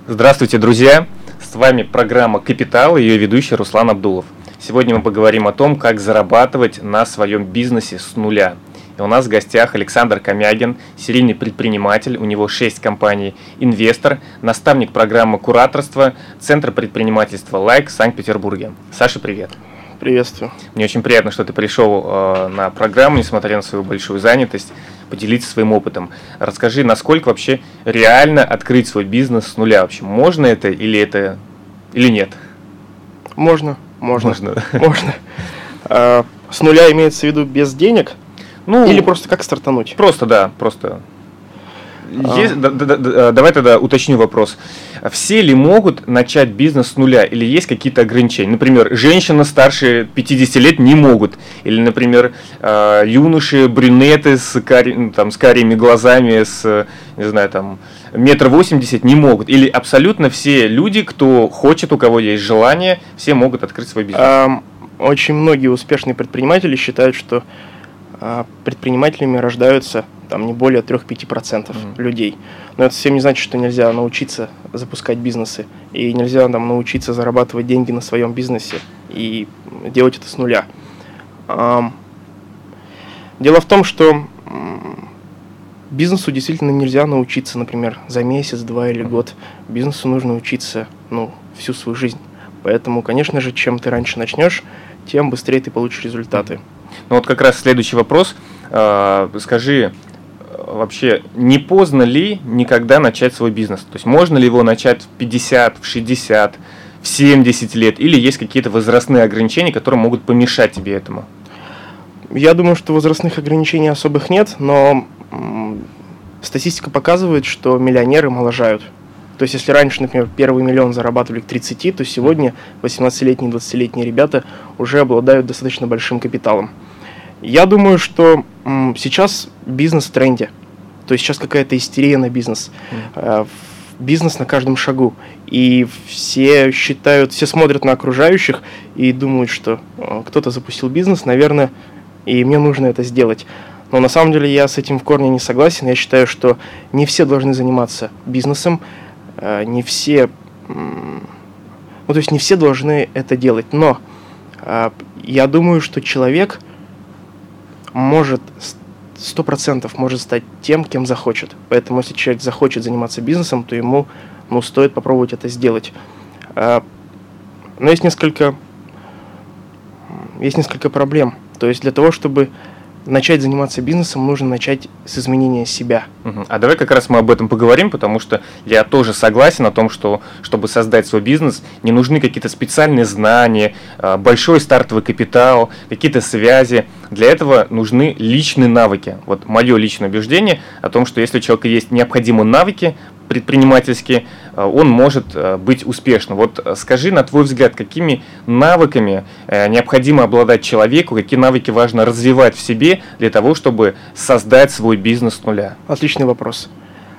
Здравствуйте, друзья! С вами программа «Капитал» и ее ведущий Руслан Абдулов. Сегодня мы поговорим о том, как зарабатывать на своем бизнесе с нуля. И у нас в гостях Александр Комягин, серийный предприниматель, у него 6 компаний, инвестор, наставник программы кураторства Центра предпринимательства «Лайк» в Санкт-Петербурге. Саша, привет! Приветствую. Мне очень приятно, что ты пришел на программу, несмотря на свою большую занятость, поделиться своим опытом. Расскажи, насколько вообще реально открыть свой бизнес с нуля вообще? Можно это или нет? Можно. С нуля имеется в виду без денег? Или просто как стартануть? Просто. Давай тогда уточню вопрос. Все ли могут начать бизнес с нуля или есть какие-то ограничения? Например, женщины старше 50 лет не могут. Или, например, юноши, брюнеты с карими глазами, метр 80 не могут. Или абсолютно все люди, кто хочет, у кого есть желание, все могут открыть свой бизнес? Очень многие успешные предприниматели считают, что предпринимателями рождаются не более 3-5% людей. Но это совсем не значит, что нельзя научиться запускать бизнесы, и нельзя научиться зарабатывать деньги на своем бизнесе и делать это с нуля. Дело в том, что бизнесу действительно нельзя научиться, например, за месяц, 2 или год. Бизнесу нужно учиться всю свою жизнь. Поэтому, конечно же, чем ты раньше начнешь, тем быстрее ты получишь результаты. Вот как раз следующий вопрос. Скажи, вообще, не поздно ли никогда начать свой бизнес? То есть можно ли его начать в 50, в 60, в 70 лет? Или есть какие-то возрастные ограничения, которые могут помешать тебе этому? Я думаю, что возрастных ограничений особых нет, но статистика показывает, что миллионеры моложают. То есть если раньше, например, первый миллион зарабатывали к 30, то сегодня 18-летние, 20-летние ребята уже обладают достаточно большим капиталом. Я думаю, что сейчас бизнес в тренде. То есть сейчас какая-то истерия на бизнес. Бизнес на каждом шагу. И все смотрят на окружающих и думают, что кто-то запустил бизнес, наверное, и мне нужно это сделать. Но на самом деле я с этим в корне не согласен. Я считаю, что не все должны заниматься бизнесом, не все должны это делать. Но я думаю, что человек может 100% может стать тем, кем захочет. Поэтому, если человек захочет заниматься бизнесом, то ему стоит попробовать это сделать. Но есть несколько проблем. То есть для того, чтобы начать заниматься бизнесом, нужно начать с изменения себя. А давай как раз мы об этом поговорим, потому что я тоже согласен о том, что чтобы создать свой бизнес, не нужны какие-то специальные знания, большой стартовый капитал, какие-то связи. Для этого нужны личные навыки. Вот мое личное убеждение о том, что если у человека есть необходимые навыки предпринимательские, он может быть успешным. Вот скажи, на твой взгляд, какими навыками необходимо обладать человеку, какие навыки важно развивать в себе для того, чтобы создать свой бизнес с нуля? Отличный вопрос.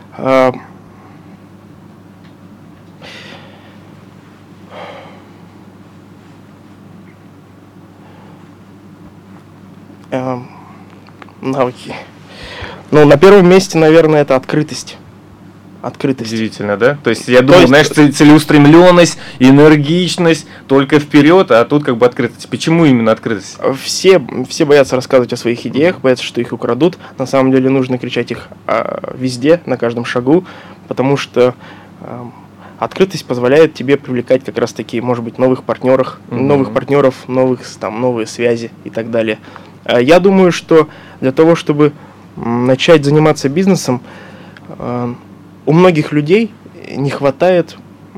Навыки. На первом месте, наверное, это открытость. Удивительно, да? То есть я думал, целеустремленность, энергичность, только вперед, а тут открытость. Почему именно открытость? Все боятся рассказывать о своих идеях, боятся, что их украдут. На самом деле нужно кричать их везде, на каждом шагу, потому что открытость позволяет тебе привлекать как раз таки, может быть, новых партнеров, новые связи и так далее. Я думаю, что для того, чтобы начать заниматься бизнесом, у многих людей не хватает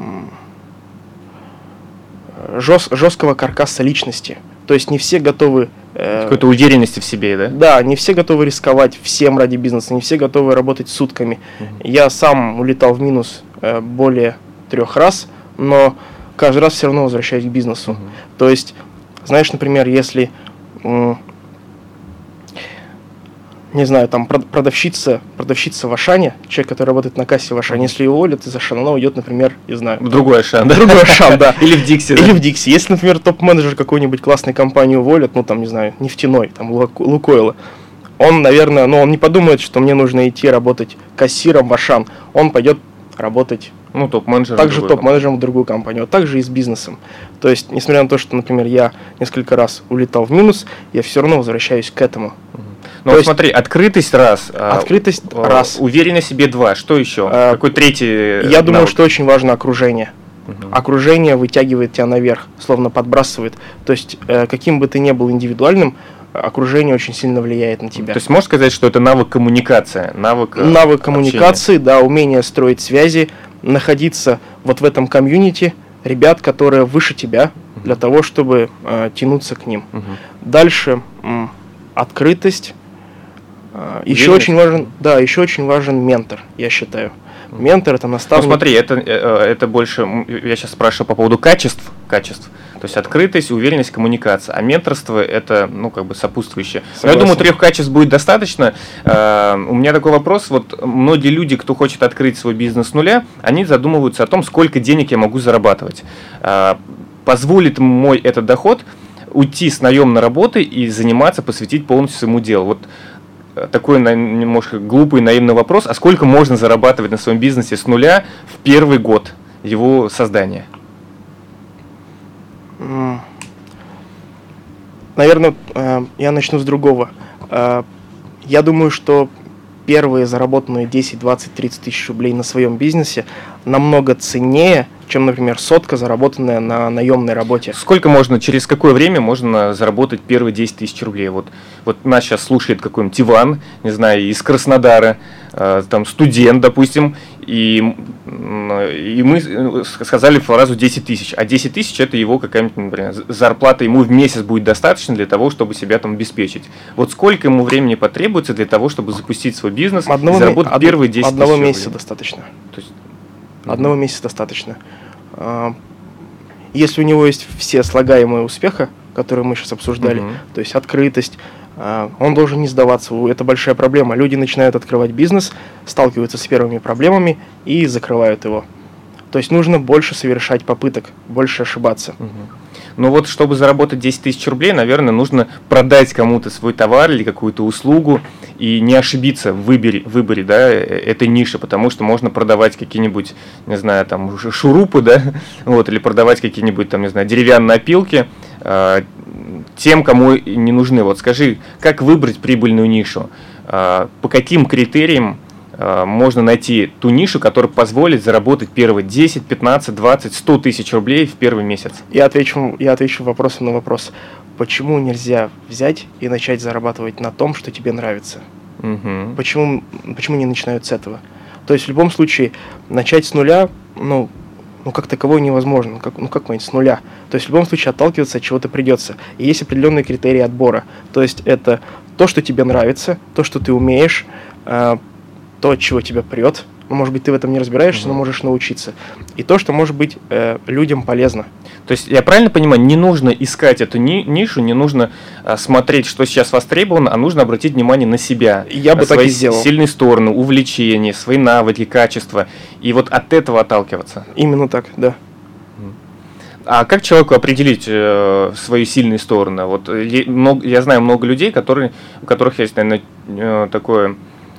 жесткого каркаса личности. То есть не все готовы... Какой-то уверенности в себе, да? Да, не все готовы рисковать всем ради бизнеса, не все готовы работать сутками. Я сам улетал в минус более 3 раз, но каждый раз все равно возвращаюсь к бизнесу. То есть, знаешь, например, если... не знаю, продавщица в Ашане, человек, который работает на кассе в Ашане, если ее уволят из Ашана, она уйдет, например, не знаю. В другой Ашан, да? Другой Ашан, да. Или в Дикси. Или в Дикси. Если, например, топ-менеджер какой-нибудь классной компании уволят, не знаю, нефтяной, Лукойла, он, наверное, он не подумает, что мне нужно идти работать кассиром в Ашан. Он пойдет работать Ну, топ-менеджером. Также топ-менеджером в другую компанию. Вот также и с бизнесом. То есть, несмотря на то, что, например, я несколько раз улетал в минус, я все равно возвращаюсь к этому. Ну, вот смотри, открытость раз. Открытость раз. Уверенность в себе два. Что еще? Какой третий Я думаю, что очень важно окружение. Окружение вытягивает тебя наверх, словно подбрасывает. То есть, каким бы ты ни был индивидуальным, окружение очень сильно влияет на тебя. То есть, можно сказать, что это навык коммуникации? Навык коммуникации, да, умение строить связи, находиться вот в этом комьюнити ребят, которые выше тебя, для того, чтобы тянуться к ним. Дальше открытость. Еще очень важен ментор, я считаю. Ментор — это наставник. Ну смотри, это больше, я сейчас спрашиваю по поводу качеств. То есть открытость, уверенность, коммуникация. А менторство — это, сопутствующее. Но я думаю, 3 качеств будет достаточно. У меня такой вопрос. Вот многие люди, кто хочет открыть свой бизнес с нуля, они задумываются о том, сколько денег я могу зарабатывать. Позволит мой этот доход уйти с наемной работы и заниматься, посвятить полностью своему делу. Вот такой немножко глупый, наивный вопрос. А сколько можно зарабатывать на своем бизнесе с нуля в первый год его создания? Наверное, я начну с другого. Я думаю, что первые заработанные 10, 20, 30 тысяч рублей на своем бизнесе намного ценнее, чем, например, сотка, заработанная на наемной работе. Через какое время можно заработать первые 10 тысяч рублей? Вот нас сейчас слушает какой-нибудь Иван, не знаю, из Краснодара, там студент, допустим, и мы сказали фразу 10 тысяч, а 10 тысяч это его какая-нибудь, например, зарплата ему в месяц будет достаточно для того, чтобы себя там обеспечить. Вот сколько ему времени потребуется для того, чтобы запустить свой бизнес и заработать первые 10 тысяч рублей? Одного месяца достаточно. Одного месяца достаточно. Если у него есть все слагаемые успеха, которые мы сейчас обсуждали, то есть открытость, он должен не сдаваться. Это большая проблема. Люди начинают открывать бизнес, сталкиваются с первыми проблемами и закрывают его. То есть нужно больше совершать попыток, больше ошибаться. Но вот чтобы заработать 10 тысяч рублей, наверное, нужно продать кому-то свой товар или какую-то услугу и не ошибиться в выборе, да, этой ниши, потому что можно продавать какие-нибудь, не знаю, там, шурупы, да, вот, или продавать какие-нибудь, там, не знаю, деревянные опилки тем, кому не нужны. Вот скажи, как выбрать прибыльную нишу? По каким критериям можно найти ту нишу, которая позволит заработать первые 10, 15, 20, 100 тысяч рублей в первый месяц? Я отвечу вопросом на вопрос. Почему нельзя взять и начать зарабатывать на том, что тебе нравится? Почему не начинают с этого? То есть в любом случае начать с нуля, как таковое невозможно. Как понять, с нуля? То есть в любом случае отталкиваться от чего-то придется. И есть определенные критерии отбора. То есть это то, что тебе нравится, то, что ты умеешь, то, от чего тебя прет. Может быть, ты в этом не разбираешься, но можешь научиться. И то, что может быть людям полезно. То есть, я правильно понимаю, не нужно искать эту нишу, не нужно смотреть, что сейчас востребовано, а нужно обратить внимание на себя. Я бы так и сделал. Свои сильные стороны, увлечения, свои навыки, качества. И вот от этого отталкиваться. Именно так, да. А как человеку определить свои сильные стороны? Вот я знаю много людей, у которых есть, наверное, такой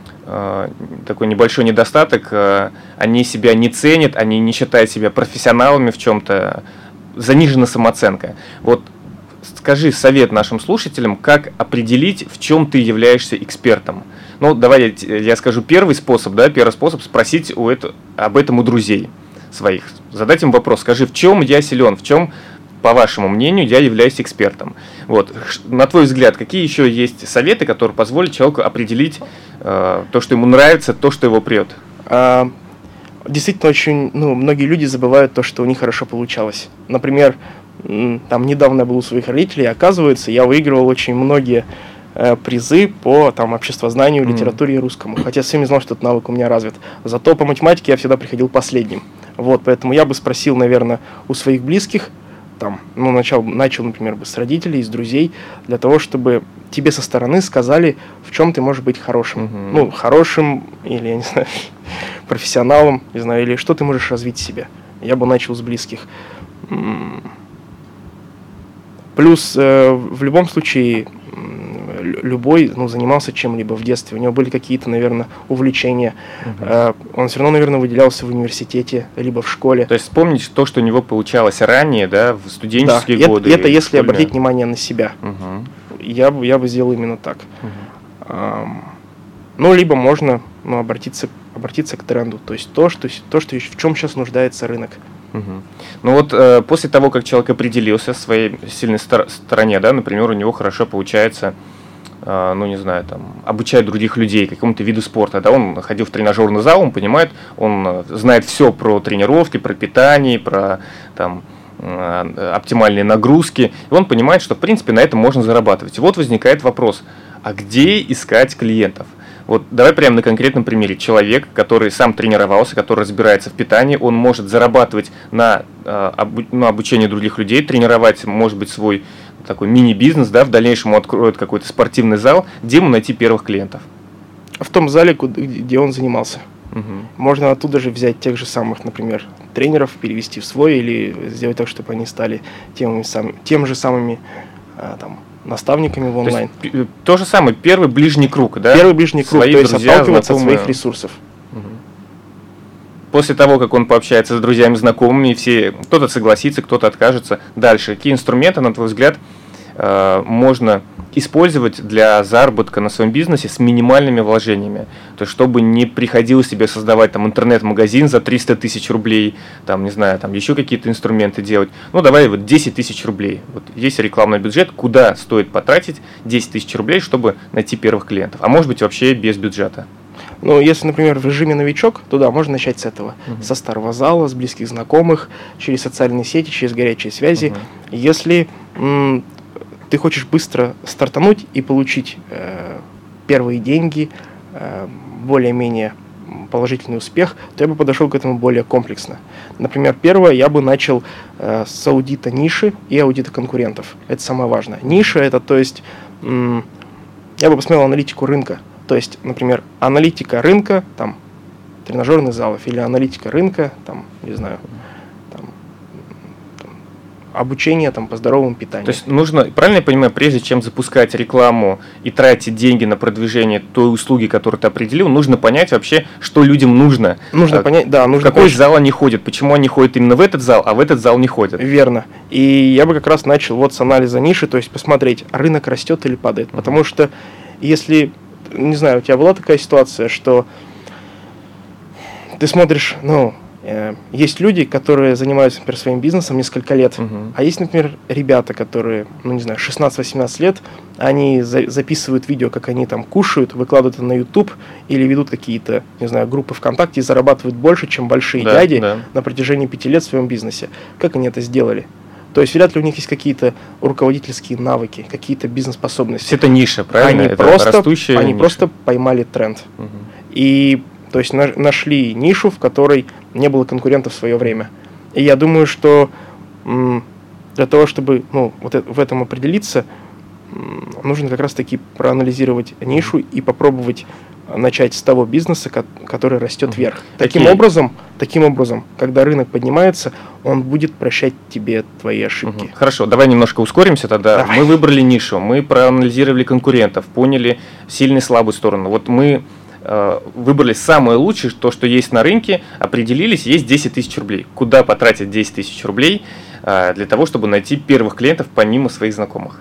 небольшой недостаток, они себя не ценят, они не считают себя профессионалами в чем-то, занижена самооценка. Вот скажи совет нашим слушателям, как определить, в чем ты являешься экспертом. Давай я скажу первый способ спросить об этом у друзей своих, задать им вопрос, скажи, в чем я силен, в чем, по вашему мнению, я являюсь экспертом. Вот. На твой взгляд, какие еще есть советы, которые позволят человеку определить то, что ему нравится, то, что его прет? Действительно, очень многие люди забывают то, что у них хорошо получалось. Например, недавно я был у своих родителей, и оказывается, я выигрывал очень многие призы по обществознанию, литературе и русскому. Хотя сам не знал, что этот навык у меня развит. Зато по математике я всегда приходил последним. Вот, поэтому я бы спросил, наверное, у своих близких, начал, например, с родителей, с друзей, для того, чтобы тебе со стороны сказали, в чем ты можешь быть хорошим. Хорошим, или, я не знаю, профессионалом, не знаю, или что ты можешь развить в себе. Я бы начал с близких. Плюс, в любом случае, любой, занимался чем-либо в детстве, у него были какие-то, наверное, увлечения, он все равно, наверное, выделялся в университете, либо в школе. То есть вспомнить то, что у него получалось ранее, да, в студенческие годы. Это если обратить внимание на себя. Я бы сделал именно так. Либо можно обратиться к тренду, то есть то, что в чем сейчас нуждается рынок. После того, как человек определился в своей сильной стороне, да, например, у него хорошо получается, обучать других людей какому-то виду спорта, да, он ходил в тренажерный зал, он понимает, он знает все про тренировки, про питание, про оптимальные нагрузки, и он понимает, что, в принципе, на этом можно зарабатывать. И вот возникает вопрос, а где искать клиентов? Вот давай прямо на конкретном примере. Человек, который сам тренировался, который разбирается в питании, он может зарабатывать на обучении других людей, тренировать, может быть, свой такой мини-бизнес, да, в дальнейшем он откроет какой-то спортивный зал, где ему найти первых клиентов? В том зале, где он занимался. Можно оттуда же взять тех же самых, например, тренеров, перевести в свой или сделать так, чтобы они стали тем же самыми наставниками в онлайн. То же самое, первый ближний круг, да? Первый ближний круг, то есть отталкиваться от своих ресурсов. После того, как он пообщается с друзьями, знакомыми, кто-то согласится, кто-то откажется. Дальше, какие инструменты, на твой взгляд, можно использовать для заработка на своем бизнесе с минимальными вложениями? То есть, чтобы не приходилось себе создавать интернет-магазин за 300 тысяч рублей, еще какие-то инструменты делать. Давай 10 тысяч рублей. Вот есть рекламный бюджет, куда стоит потратить 10 тысяч рублей, чтобы найти первых клиентов? А может быть, вообще без бюджета? Если, например, в режиме новичок, то да, можно начать с этого. Со старого зала, с близких знакомых, через социальные сети, через горячие связи. Если ты хочешь быстро стартануть и получить первые деньги, более-менее положительный успех, то я бы подошел к этому более комплексно. Например, первое, я бы начал с аудита ниши и аудита конкурентов. Это самое важное. Ниша – это, то есть, я бы посмотрел аналитику рынка. То есть, например, аналитика рынка, тренажерных залов, или аналитика рынка, обучение по здоровому питанию. То есть нужно, правильно я понимаю, прежде чем запускать рекламу и тратить деньги на продвижение той услуги, которую ты определил, нужно понять вообще, что людям нужно. Нужно понять, да. В какой зал они ходят, почему они ходят именно в этот зал, а в этот зал не ходят. Верно. И я бы как раз начал с анализа ниши, то есть посмотреть, рынок растет или падает. Потому что если, не знаю, у тебя была такая ситуация, что ты смотришь, есть люди, которые занимаются, например, своим бизнесом несколько лет, а есть, например, ребята, которые, 16-18 лет, они записывают видео, как они кушают, выкладывают это на YouTube или ведут какие-то, группы ВКонтакте и зарабатывают больше, чем большие дяди на протяжении 5 лет в своем бизнесе. Как они это сделали? То есть вряд ли у них есть какие-то руководительские навыки, какие-то бизнес-способности. Это ниша, правильно? Они просто поймали тренд. И то есть нашли нишу, в которой не было конкурентов в свое время. И я думаю, что для того, чтобы в этом определиться, нужно как раз-таки проанализировать нишу и попробовать начать с того бизнеса, который растет вверх. Таким образом, когда рынок поднимается, он будет прощать тебе твои ошибки. Хорошо, давай немножко ускоримся тогда. Давай. Мы выбрали нишу, мы проанализировали конкурентов, поняли сильную и слабую сторону. Вот мы выбрали самое лучшее, то, что есть на рынке, определились, есть 10 тысяч рублей. Куда потратить 10 тысяч рублей для того, чтобы найти первых клиентов помимо своих знакомых?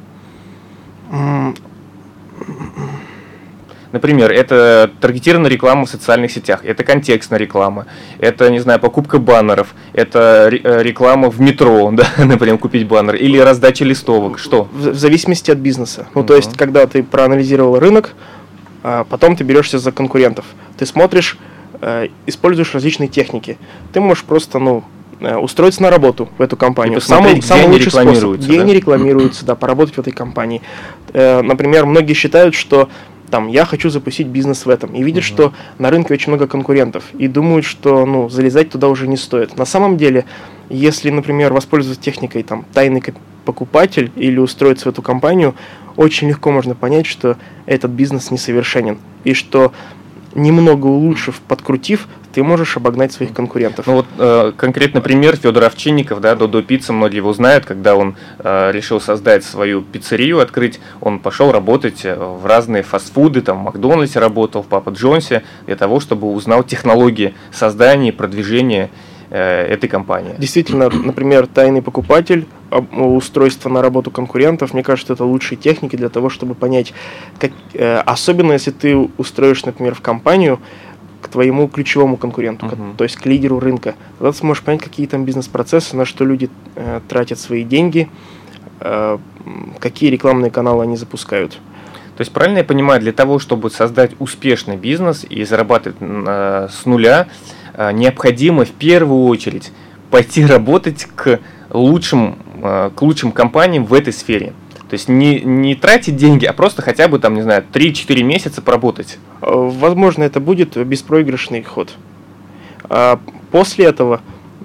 Например, это таргетированная реклама в социальных сетях, это контекстная реклама, это, покупка баннеров, это реклама в метро, да, например, купить баннер, или раздача листовок, что? В зависимости от бизнеса. То есть, когда ты проанализировал рынок, потом ты берешься за конкурентов. Ты смотришь, используешь различные техники. Ты можешь просто, устроиться на работу в эту компанию. Самый лучший способ, где они рекламируются, поработать в этой компании. Например, многие считают, что я хочу запустить бизнес в этом, и видят, что на рынке очень много конкурентов, и думают, что залезать туда уже не стоит. На самом деле, если, например, воспользоваться техникой тайный покупатель или устроиться в эту компанию, очень легко можно понять, что этот бизнес несовершенен, и что немного улучшив, подкрутив, ты можешь обогнать своих конкурентов. Ну вот конкретно пример Федор Овчинников, да, Додо Пицца, многие его знают, когда он решил создать свою пиццерию, открыть, он пошел работать в разные фастфуды, там в Макдональдсе работал, в Папа Джонсе, для того, чтобы узнал технологии создания и продвижения этой компании. Действительно, например, тайный покупатель, устройство на работу конкурентов, мне кажется, это лучшие техники для того, чтобы понять, особенно если ты устроишь, например, в компанию к твоему ключевому конкуренту, то есть к лидеру рынка. Тогда ты сможешь понять, какие там бизнес-процессы, на что люди тратят свои деньги, какие рекламные каналы они запускают. То есть, правильно я понимаю, для того, чтобы создать успешный бизнес и зарабатывать с нуля, необходимо в первую очередь пойти работать к лучшим компаниям в этой сфере. То есть не тратить деньги, а просто хотя бы там, не знаю, 3-4 месяца поработать. Возможно, это будет беспроигрышный ход. После этого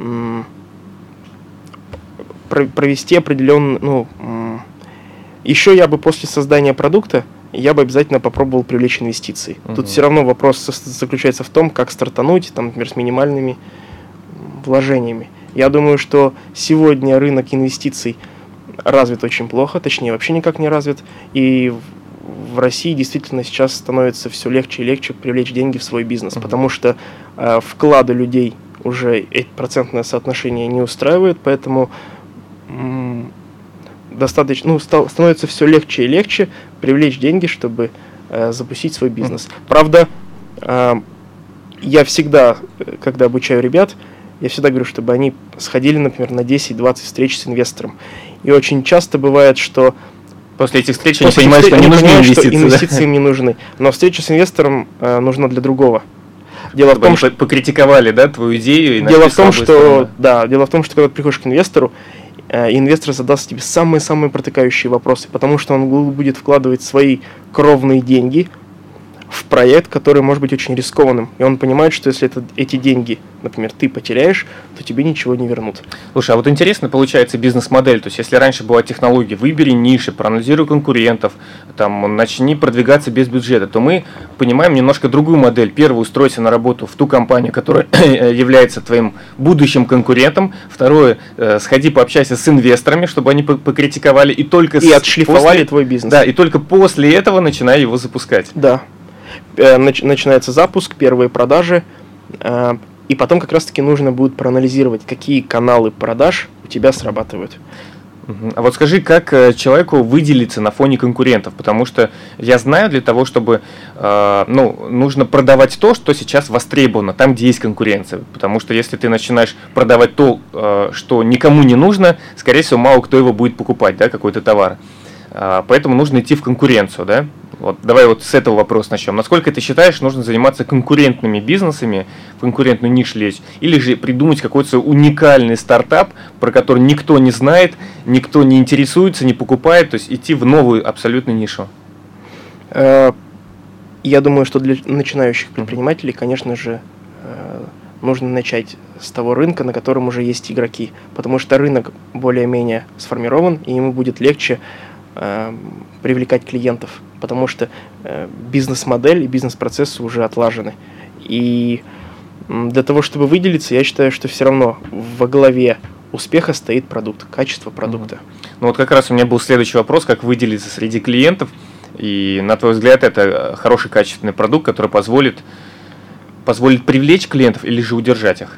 провести определенный... еще я бы после создания продукта я бы обязательно попробовал привлечь инвестиции. Тут все равно вопрос заключается в том, как стартануть, там, например, с минимальными вложениями. Я думаю, что сегодня рынок инвестиций развит очень плохо, точнее, вообще никак не развит. И в России действительно сейчас становится все легче и легче привлечь деньги в свой бизнес, потому что вклады людей уже процентное соотношение не устраивает, поэтому становится все легче и легче привлечь деньги, чтобы запустить свой бизнес. Правда, я всегда, когда обучаю ребят, я всегда говорю, чтобы они сходили, например, на 10-20 встреч с инвестором. И очень часто бывает, что после этих встреч они понимают, что не нужны инвестиции. Что инвестиции им не нужны. Но встреча с инвестором нужна для другого. Дело в том, что покритиковали, да, твою идею. И дело в том, что когда ты приходишь к инвестору, инвестор задаст тебе самые-самые протыкающие вопросы, потому что он будет вкладывать свои кровные деньги в проект, который может быть очень рискованным. И он понимает, что если эти деньги, например, ты потеряешь, то тебе ничего не вернут. Слушай, а вот интересно получается бизнес-модель. То есть, если раньше была технология «выбери ниши, проанализируй конкурентов, там, начни продвигаться без бюджета», то мы понимаем немножко другую модель. Первое, устройся на работу в ту компанию, которая является твоим будущим конкурентом. Второе, сходи пообщайся с инвесторами, чтобы они покритиковали. И отшлифовали твой бизнес. Да, и только после этого начинай его запускать. Да. Начинается запуск, первые продажи, и потом как раз-таки нужно будет проанализировать, какие каналы продаж у тебя срабатывают. А вот скажи, как человеку выделиться на фоне конкурентов? Потому что я знаю, для того, чтобы нужно продавать то, что сейчас востребовано, там, где есть конкуренция. Потому что если ты начинаешь продавать то, что никому не нужно, скорее всего, мало кто его будет покупать, да, какой-то товар. Поэтому нужно идти в конкуренцию, да? Вот давай вот с этого вопроса начнем. Насколько ты считаешь, нужно заниматься конкурентными бизнесами, в конкурентную нишу лезть, или же придумать какой-то уникальный стартап, про который никто не знает, никто не интересуется, не покупает, то есть идти в новую абсолютно нишу? Я думаю, что для начинающих предпринимателей, конечно же, нужно начать с того рынка, на котором уже есть игроки, потому что рынок более-менее сформирован, и ему будет легче привлекать клиентов, потому что бизнес-модель и бизнес-процессы уже отлажены. И для того, чтобы выделиться, я считаю, что все равно во главе успеха стоит продукт, качество продукта. Ну вот как раз у меня был следующий вопрос, как выделиться среди клиентов, и на твой взгляд это хороший качественный продукт, который позволит привлечь клиентов или же удержать их?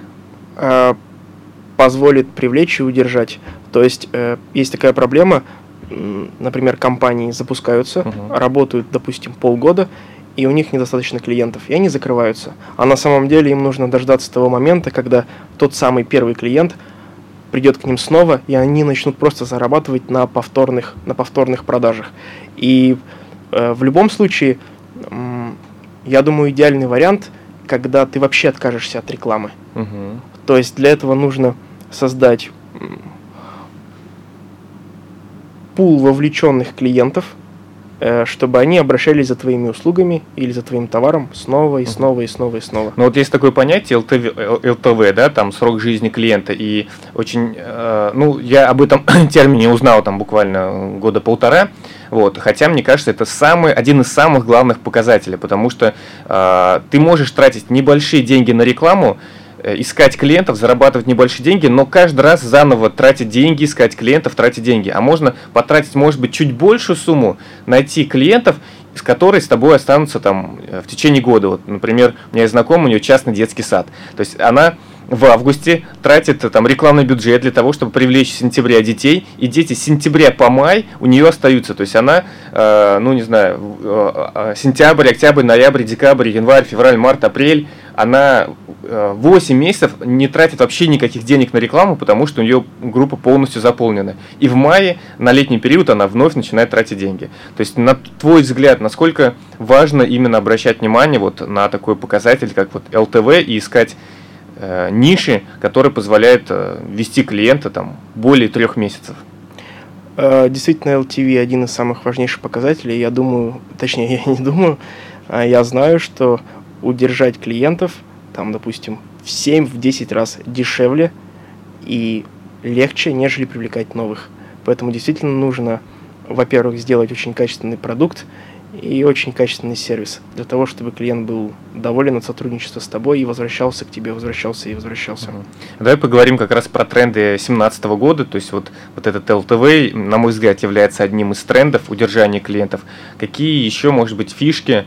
Позволит привлечь и удержать. То есть есть такая проблема, например, компании запускаются, работают, допустим, полгода, и у них недостаточно клиентов, и они закрываются. А на самом деле им нужно дождаться того момента, когда тот самый первый клиент придет к ним снова, и они начнут просто зарабатывать на повторных продажах. И в любом случае, я думаю, идеальный вариант, когда ты вообще откажешься от рекламы. То есть для этого нужно создать пул вовлеченных клиентов, чтобы они обращались за твоими услугами или за твоим товаром снова и снова и снова и снова. Ну вот есть такое понятие ЛТВ, да, там срок жизни клиента, и очень, я об этом термине узнал там буквально года полтора, вот, хотя мне кажется, это один из самых главных показателей, потому что ты можешь тратить небольшие деньги на рекламу, искать клиентов, зарабатывать небольшие деньги, но каждый раз заново тратить деньги, искать клиентов, тратить деньги. А можно потратить, может быть, чуть большую сумму, найти клиентов, с которой с тобой останутся там в течение года. Вот, например, у меня есть знакомый, у нее частный детский сад. То есть она в августе тратит там рекламный бюджет для того, чтобы привлечь в сентябре детей, и дети с сентября по май у нее остаются. То есть она, сентябрь, октябрь, ноябрь, декабрь, январь, февраль, март, апрель, она 8 месяцев не тратит вообще никаких денег на рекламу, потому что у нее группа полностью заполнена. И в мае, на летний период, она вновь начинает тратить деньги. То есть, на твой взгляд, насколько важно именно обращать внимание вот на такой показатель, как вот ЛТВ, и искать ниши, которые позволяют вести клиента там более 3 месяцев? Действительно, LTV один из самых важнейших показателей. Я думаю, точнее, я не думаю, я знаю, что удержать клиентов, там, допустим, в 7-10 раз дешевле и легче, нежели привлекать новых. Поэтому действительно нужно, во-первых, сделать очень качественный продукт и очень качественный сервис для того, чтобы клиент был доволен от сотрудничества с тобой и возвращался к тебе, возвращался и возвращался. Давай поговорим как раз про тренды 2017 года. То есть вот этот ЛТВ, на мой взгляд, является одним из трендов удержания клиентов. Какие еще, может быть, фишки,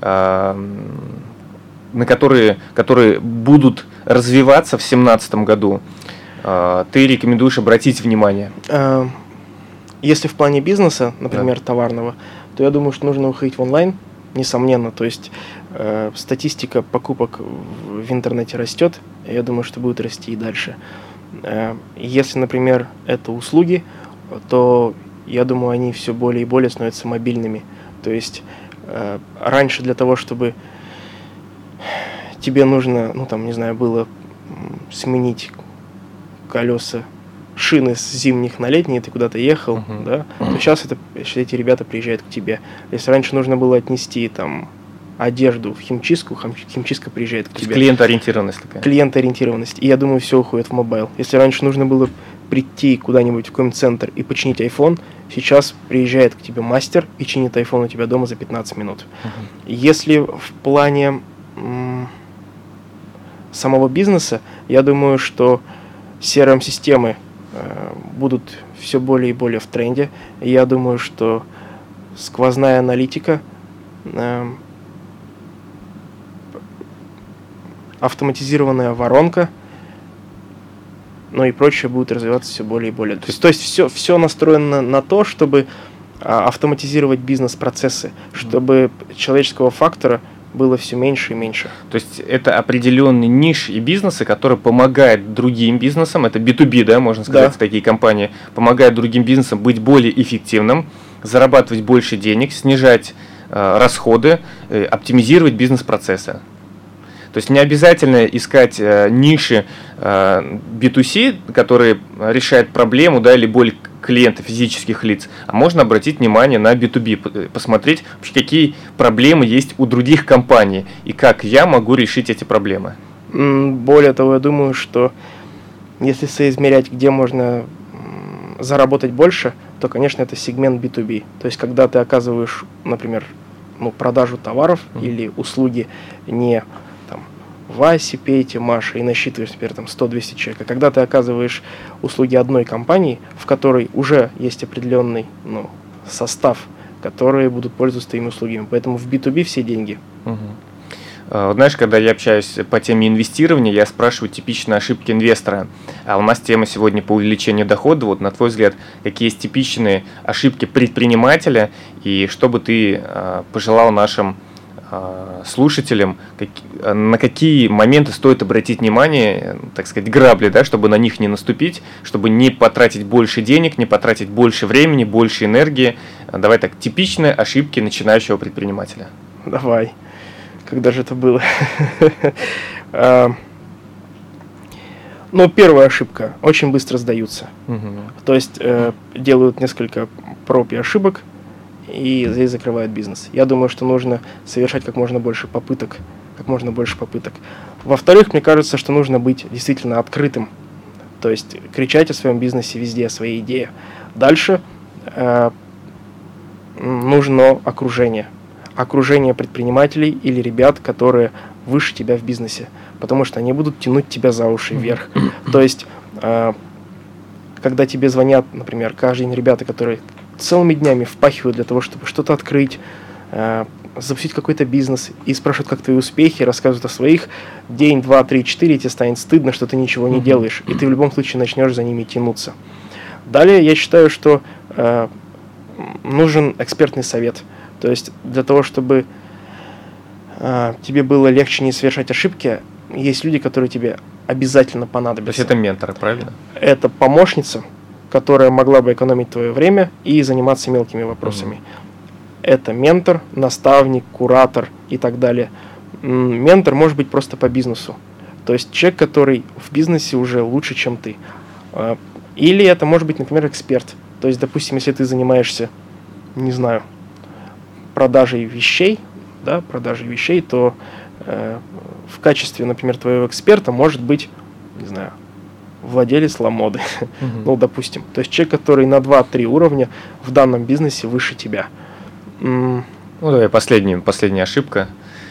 на которые будут развиваться в 2017 году, ты рекомендуешь обратить внимание? Если в плане бизнеса, например, товарного, то я думаю, что нужно уходить в онлайн, несомненно. То есть статистика покупок в интернете растет, я думаю, что будет расти и дальше. Если, например, это услуги, то я думаю, они все более и более становятся мобильными. То есть раньше для того, чтобы тебе нужно, было сменить колеса, шины с зимних на летние, ты куда-то ехал, то сейчас эти ребята приезжают к тебе. Если раньше нужно было отнести там одежду в химчистку, химчистка приезжает к тебе. Клиентоориентированность такая. Клиентоориентированность. И я думаю, все уходит в мобайл. Если раньше нужно было прийти куда-нибудь в какой-нибудь центр и починить iPhone, сейчас приезжает к тебе мастер и чинит iPhone у тебя дома за 15 минут. Если в плане самого бизнеса, я думаю, что CRM-системы будут все более и более в тренде. Я думаю, что сквозная аналитика, автоматизированная воронка, и прочее будет развиваться все более и более. То есть все настроено на то, чтобы автоматизировать бизнес-процессы, чтобы человеческого фактора было все меньше и меньше. То есть это определенный ниш и бизнесы, которые помогают другим бизнесам, это B2B, да, можно сказать, такие компании, помогают другим бизнесам быть более эффективным, зарабатывать больше денег, снижать расходы, оптимизировать бизнес-процессы. То есть не обязательно искать ниши B2C, которые решают проблему, да, или боль клиентов, физических лиц, а можно обратить внимание на B2B, посмотреть, вообще, какие проблемы есть у других компаний и как я могу решить эти проблемы. Более того, я думаю, что если соизмерять, где можно заработать больше, то, конечно, это сегмент B2B. То есть, когда ты оказываешь, например, продажу товаров или услуги не Васе, Пете, Маше и насчитываешь, например, 100-200 человек. А когда ты оказываешь услуги одной компании, в которой уже есть определенный состав, которые будут пользоваться твоими услугами. Поэтому в B2B все деньги. Знаешь, когда я общаюсь по теме инвестирования, я спрашиваю типичные ошибки инвестора. А у нас тема сегодня по увеличению дохода. Вот на твой взгляд, какие есть типичные ошибки предпринимателя, и что бы ты пожелал нашим слушателям, на какие моменты стоит обратить внимание, так сказать, грабли, да, чтобы на них не наступить, чтобы не потратить больше денег, не потратить больше времени, больше энергии. Давай так, типичные ошибки начинающего предпринимателя. Давай. Когда же это было? Первая ошибка. Очень быстро сдаются. То есть делают несколько проб и ошибок и здесь закрывают бизнес. Я думаю, что нужно совершать как можно больше попыток. Во-вторых, мне кажется, что нужно быть действительно открытым, то есть кричать о своем бизнесе везде, о своей идее. Дальше нужно окружение предпринимателей или ребят, которые выше тебя в бизнесе, потому что они будут тянуть тебя за уши вверх. То есть, когда тебе звонят, например, каждый день ребята, которые целыми днями впахивают для того, чтобы что-то открыть, запустить какой-то бизнес, и спрашивают, как твои успехи, рассказывают о своих, день, 2, 3, 4, тебе станет стыдно, что ты ничего не делаешь, и ты в любом случае начнешь за ними тянуться. Далее я считаю, что нужен экспертный совет. То есть для того, чтобы тебе было легче не совершать ошибки, есть люди, которые тебе обязательно понадобятся. То есть это менторы, правильно? Это помощница, которая могла бы экономить твое время и заниматься мелкими вопросами. Это ментор, наставник, куратор и так далее. Ментор может быть просто по бизнесу. То есть человек, который в бизнесе уже лучше, чем ты. Или это может быть, например, эксперт. То есть, допустим, если ты занимаешься, не знаю, продажей вещей, то в качестве, например, твоего эксперта может быть, не знаю, владелец ламоды. Ну, допустим. То есть человек, который на 2-3 уровня в данном бизнесе выше тебя. Ну, давай последняя ошибка.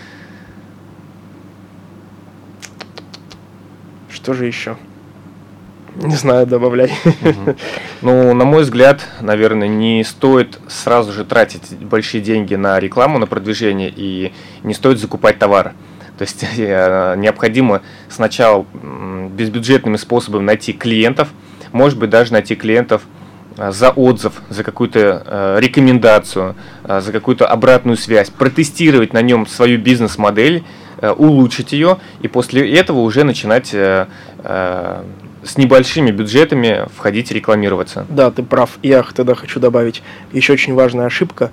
Что же еще? Не знаю, добавляй. Ну, на мой взгляд, наверное, не стоит сразу же тратить большие деньги на рекламу, на продвижение, и не стоит закупать товар. То есть необходимо сначала безбюджетными способами найти клиентов, может быть, даже найти клиентов за отзыв, за какую-то рекомендацию, за какую-то обратную связь, протестировать на нем свою бизнес-модель, улучшить ее, и после этого уже начинать с небольшими бюджетами входить и рекламироваться. Да, ты прав. Я тогда хочу добавить еще очень важная ошибка.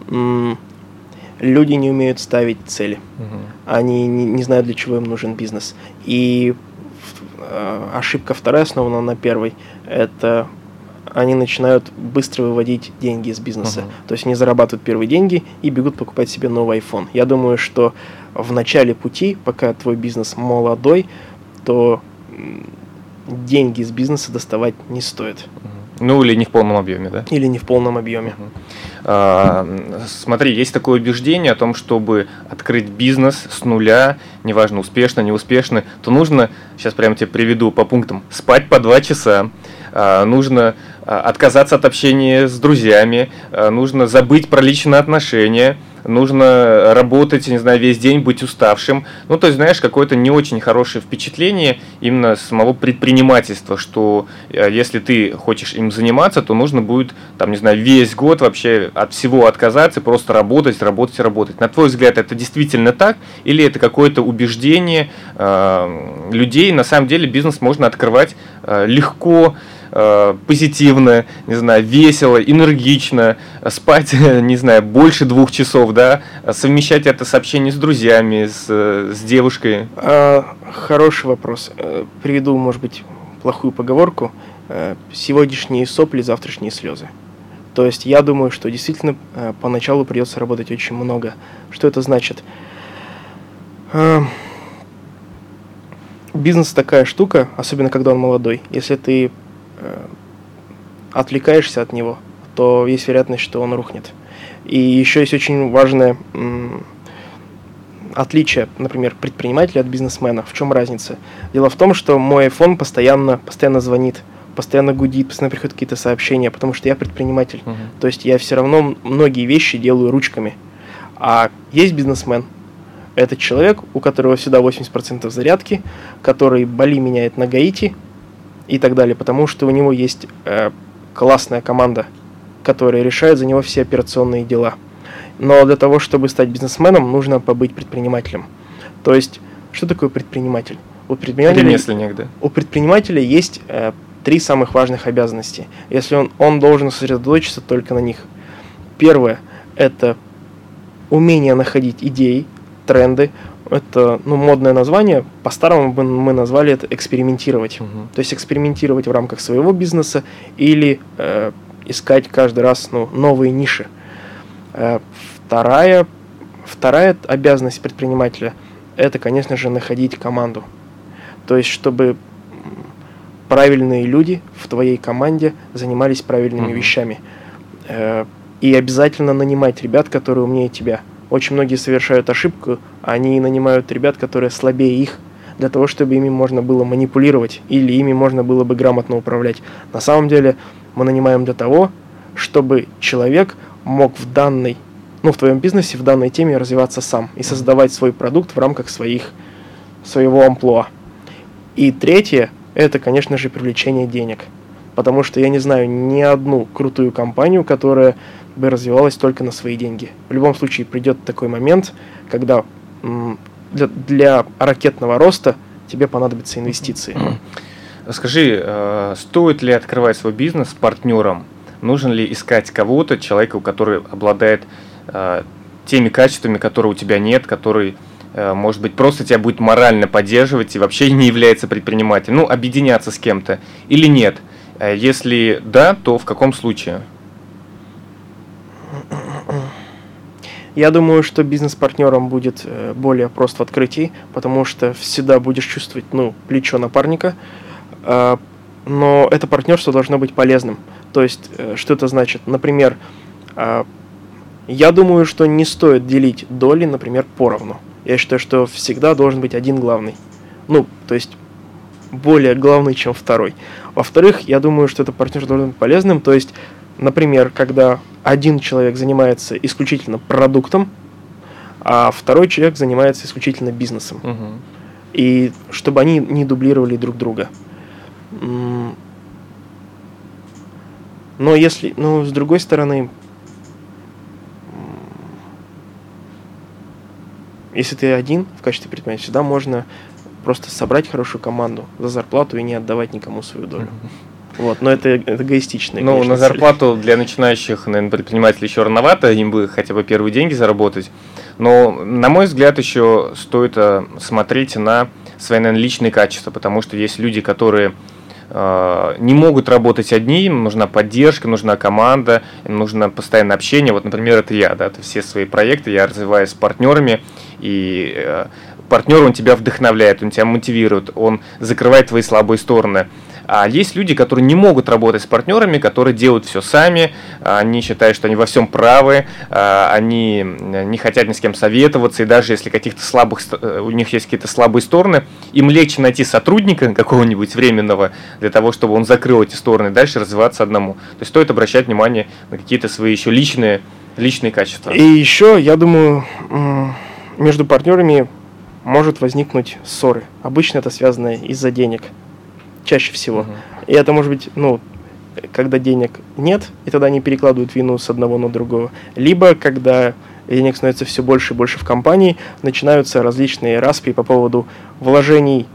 Люди не умеют ставить цели. Они не знают, для чего им нужен бизнес. И ошибка вторая, основана на первой, это они начинают быстро выводить деньги из бизнеса. То есть они зарабатывают первые деньги и бегут покупать себе новый iPhone. Я думаю, что в начале пути, пока твой бизнес молодой, то деньги из бизнеса доставать не стоит. Ну, или не в полном объеме, да? Или не в полном объеме. Смотри, есть такое убеждение о том, чтобы открыть бизнес с нуля, неважно, успешно, неуспешно, то нужно, сейчас прямо тебе приведу по пунктам, спать по 2 часа, нужно отказаться от общения с друзьями, нужно забыть про личные отношения, нужно работать, не знаю, весь день, быть уставшим. Ну, то есть, знаешь, какое-то не очень хорошее впечатление именно самого предпринимательства, что если ты хочешь им заниматься, то нужно будет, там, не знаю, весь год вообще от всего отказаться, просто работать. На твой взгляд, это действительно так? Или это какое-то убеждение людей? На самом деле бизнес можно открывать легко, позитивно, не знаю, весело, энергично, спать, не знаю, больше 2 часов, да, совмещать это с общением с друзьями, с девушкой. Хороший вопрос. Приведу, может быть, плохую поговорку. Сегодняшние сопли, завтрашние слезы. То есть я думаю, что действительно поначалу придется работать очень много. Что это значит? Бизнес такая штука, особенно когда он молодой. Если ты отвлекаешься от него, то есть вероятность, что он рухнет. И еще есть очень важное отличие, например, предпринимателя от бизнесмена. В чем разница? Дело в том, что мой iPhone постоянно звонит, постоянно гудит, постоянно приходят какие-то сообщения, потому что я предприниматель. То есть я все равно многие вещи делаю ручками. А есть бизнесмен. Это человек, у которого всегда 80% зарядки, который Бали меняет на Гаити и так далее, потому что у него есть классная команда, которая решает за него все операционные дела. Но для того, чтобы стать бизнесменом, нужно побыть предпринимателем. То есть, что такое предприниматель? У предпринимателя есть 3 самых важных обязанности. Если он должен сосредоточиться только на них. Первое – это умение находить идеи, тренды. Это модное название. По-старому мы назвали это экспериментировать. То есть экспериментировать в рамках своего бизнеса или искать каждый раз новые ниши. Вторая обязанность предпринимателя – это, конечно же, находить команду. То есть, чтобы правильные люди в твоей команде занимались правильными вещами. И обязательно нанимать ребят, которые умнее тебя. Очень многие совершают ошибку, они нанимают ребят, которые слабее их, для того, чтобы ими можно было манипулировать или ими можно было бы грамотно управлять. На самом деле мы нанимаем для того, чтобы человек мог в твоем бизнесе, в данной теме развиваться сам и создавать свой продукт в рамках своего амплуа. И третье – это, конечно же, привлечение денег. Потому что я не знаю ни одну крутую компанию, которая бы развивалась только на свои деньги. В любом случае придет такой момент, когда для ракетного роста тебе понадобятся инвестиции. Скажи, стоит ли открывать свой бизнес с партнером? Нужно ли искать кого-то, человека, который обладает теми качествами, которые у тебя нет, который, может быть, просто тебя будет морально поддерживать и вообще не является предпринимателем? Объединяться с кем-то или нет? Если да, то в каком случае? Я думаю, что бизнес-партнером будет более прост в открытии, потому что всегда будешь чувствовать, плечо напарника, но это партнерство должно быть полезным. То есть, что это значит? Например, я думаю, что не стоит делить доли, например, поровну. Я считаю, что всегда должен быть один главный. То есть, более главный, чем второй. Во-вторых, я думаю, что это партнерство должно быть полезным. То есть, например, когда один человек занимается исключительно продуктом, а второй человек занимается исключительно бизнесом. И чтобы они не дублировали друг друга. Но с другой стороны, если ты один в качестве предпринимателя, всегда можно просто собрать хорошую команду за зарплату и не отдавать никому свою долю. Но это эгоистично. На зарплату для начинающих, наверное, предпринимателей еще рановато, им бы хотя бы первые деньги заработать. Но, на мой взгляд, еще стоит смотреть на свои, наверное, личные качества, потому что есть люди, которые не могут работать одни, им нужна поддержка, нужна команда, им нужно постоянное общение. Например, это я, все свои проекты я развиваю с партнерами, и партнер, он тебя вдохновляет, он тебя мотивирует, он закрывает твои слабые стороны. А есть люди, которые не могут работать с партнерами, которые делают все сами, они считают, что они во всем правы, они не хотят ни с кем советоваться, и даже если у них есть какие-то слабые стороны, им легче найти сотрудника какого-нибудь временного для того, чтобы он закрыл эти стороны, и дальше развиваться одному. То есть стоит обращать внимание на какие-то свои еще личные качества. И еще, я думаю, между партнерами может возникнуть ссоры. Обычно это связано из-за денег. Чаще всего. И это может быть, когда денег нет, и тогда они перекладывают вину с одного на другого. Либо, когда денег становится все больше и больше в компании, начинаются различные распри по поводу вложений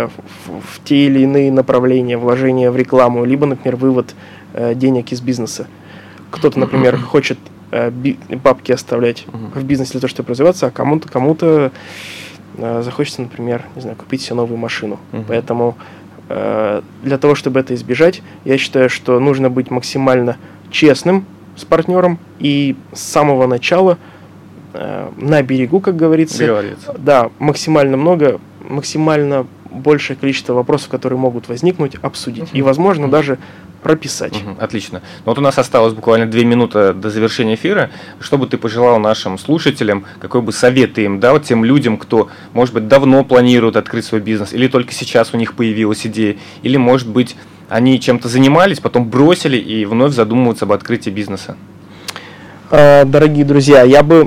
в те или иные направления, вложения в рекламу, либо, например, вывод денег из бизнеса. Кто-то, например, хочет бабки оставлять в бизнесе для того, чтобы развиваться, а кому-то захочется, например, купить себе новую машину. Поэтому для того, чтобы это избежать, я считаю, что нужно быть максимально честным с партнером и с самого начала на берегу, как говорится, максимально большее количество вопросов, которые могут возникнуть, обсудить и, возможно, даже прописать. Отлично. У нас осталось буквально 2 минуты до завершения эфира. Что бы ты пожелал нашим слушателям, какой бы совет ты им дал тем людям, кто, может быть, давно планирует открыть свой бизнес, или только сейчас у них появилась идея, или, может быть, они чем-то занимались, потом бросили и вновь задумываются об открытии бизнеса? Дорогие друзья,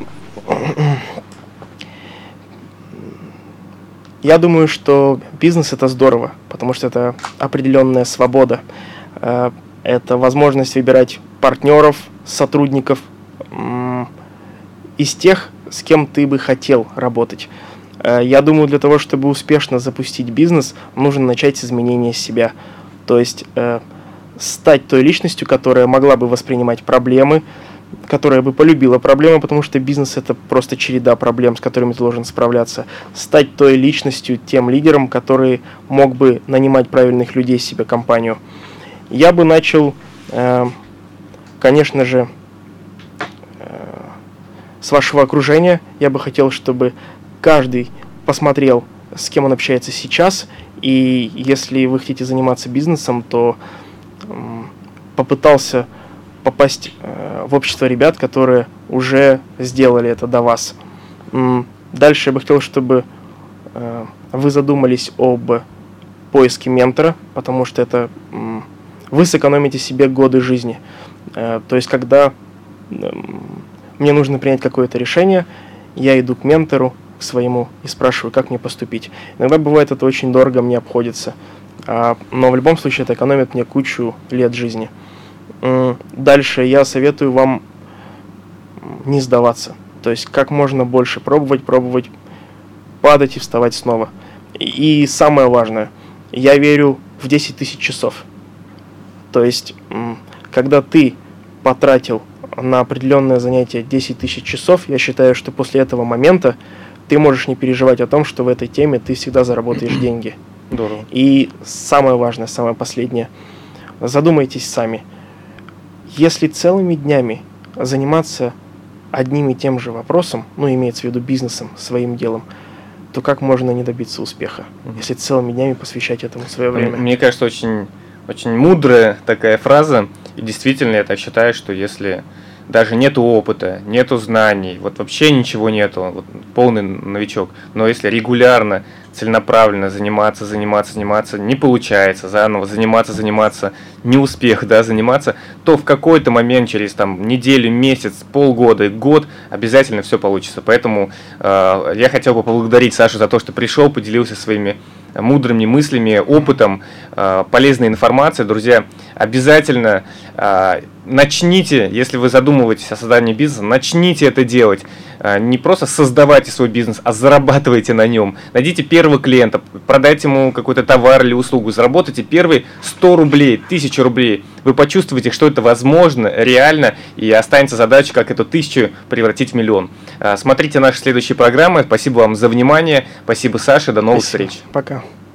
я думаю, что бизнес – это здорово, потому что это определенная свобода. Это возможность выбирать партнеров, сотрудников из тех, с кем ты бы хотел работать. Я думаю, для того, чтобы успешно запустить бизнес, нужно начать с изменения себя. То есть стать той личностью, которая могла бы воспринимать проблемы, которая бы полюбила проблемы, потому что бизнес – это просто череда проблем, с которыми ты должен справляться. Стать той личностью, тем лидером, который мог бы нанимать правильных людей себе компанию. Я бы начал, конечно же, с вашего окружения. Я бы хотел, чтобы каждый посмотрел, с кем он общается сейчас, и если вы хотите заниматься бизнесом, то попытался попасть в общество ребят, которые уже сделали это до вас. Дальше я бы хотел, чтобы вы задумались об поиске ментора, потому что это вы сэкономите себе годы жизни. То есть, когда мне нужно принять какое-то решение, я иду к ментору, к своему, и спрашиваю, как мне поступить. Иногда бывает это очень дорого, мне обходится, но в любом случае это экономит мне кучу лет жизни. Дальше я советую вам не сдаваться. То есть как можно больше пробовать, падать и вставать снова. И самое важное, я верю в 10 тысяч часов. То есть, когда ты потратил на определенное занятие 10 тысяч часов, я считаю, что после этого момента ты можешь не переживать о том, что в этой теме ты всегда заработаешь деньги. Здорово. И самое важное, самое последнее, задумайтесь сами. Если целыми днями заниматься одним и тем же вопросом, имеется в виду бизнесом, своим делом, то как можно не добиться успеха, если целыми днями посвящать этому свое время? Мне кажется, очень, очень мудрая такая фраза. И действительно, я так считаю, что если даже нету опыта, нету знаний, вот вообще ничего нету, вот полный новичок, но если регулярно, целенаправленно заниматься, не получается, заново заниматься, не успех, заниматься, то в какой-то момент, через неделю, месяц, полгода, год, обязательно все получится. Поэтому я хотел бы поблагодарить Сашу за то, что пришел, поделился своими мудрыми мыслями, опытом, полезной информацией. Друзья, обязательно начните, если вы задумываетесь о создании бизнеса, начните это делать. Не просто создавайте свой бизнес, а зарабатывайте на нем. Найдите первого клиента, продайте ему какой-то товар или услугу, заработайте первые 100 рублей, 1000 рублей. Вы почувствуете, что это возможно, реально, и останется задача, как эту 1000 превратить в миллион. Смотрите наши следующие программы. Спасибо вам за внимание. Спасибо, Саша. До новых встреч. Пока.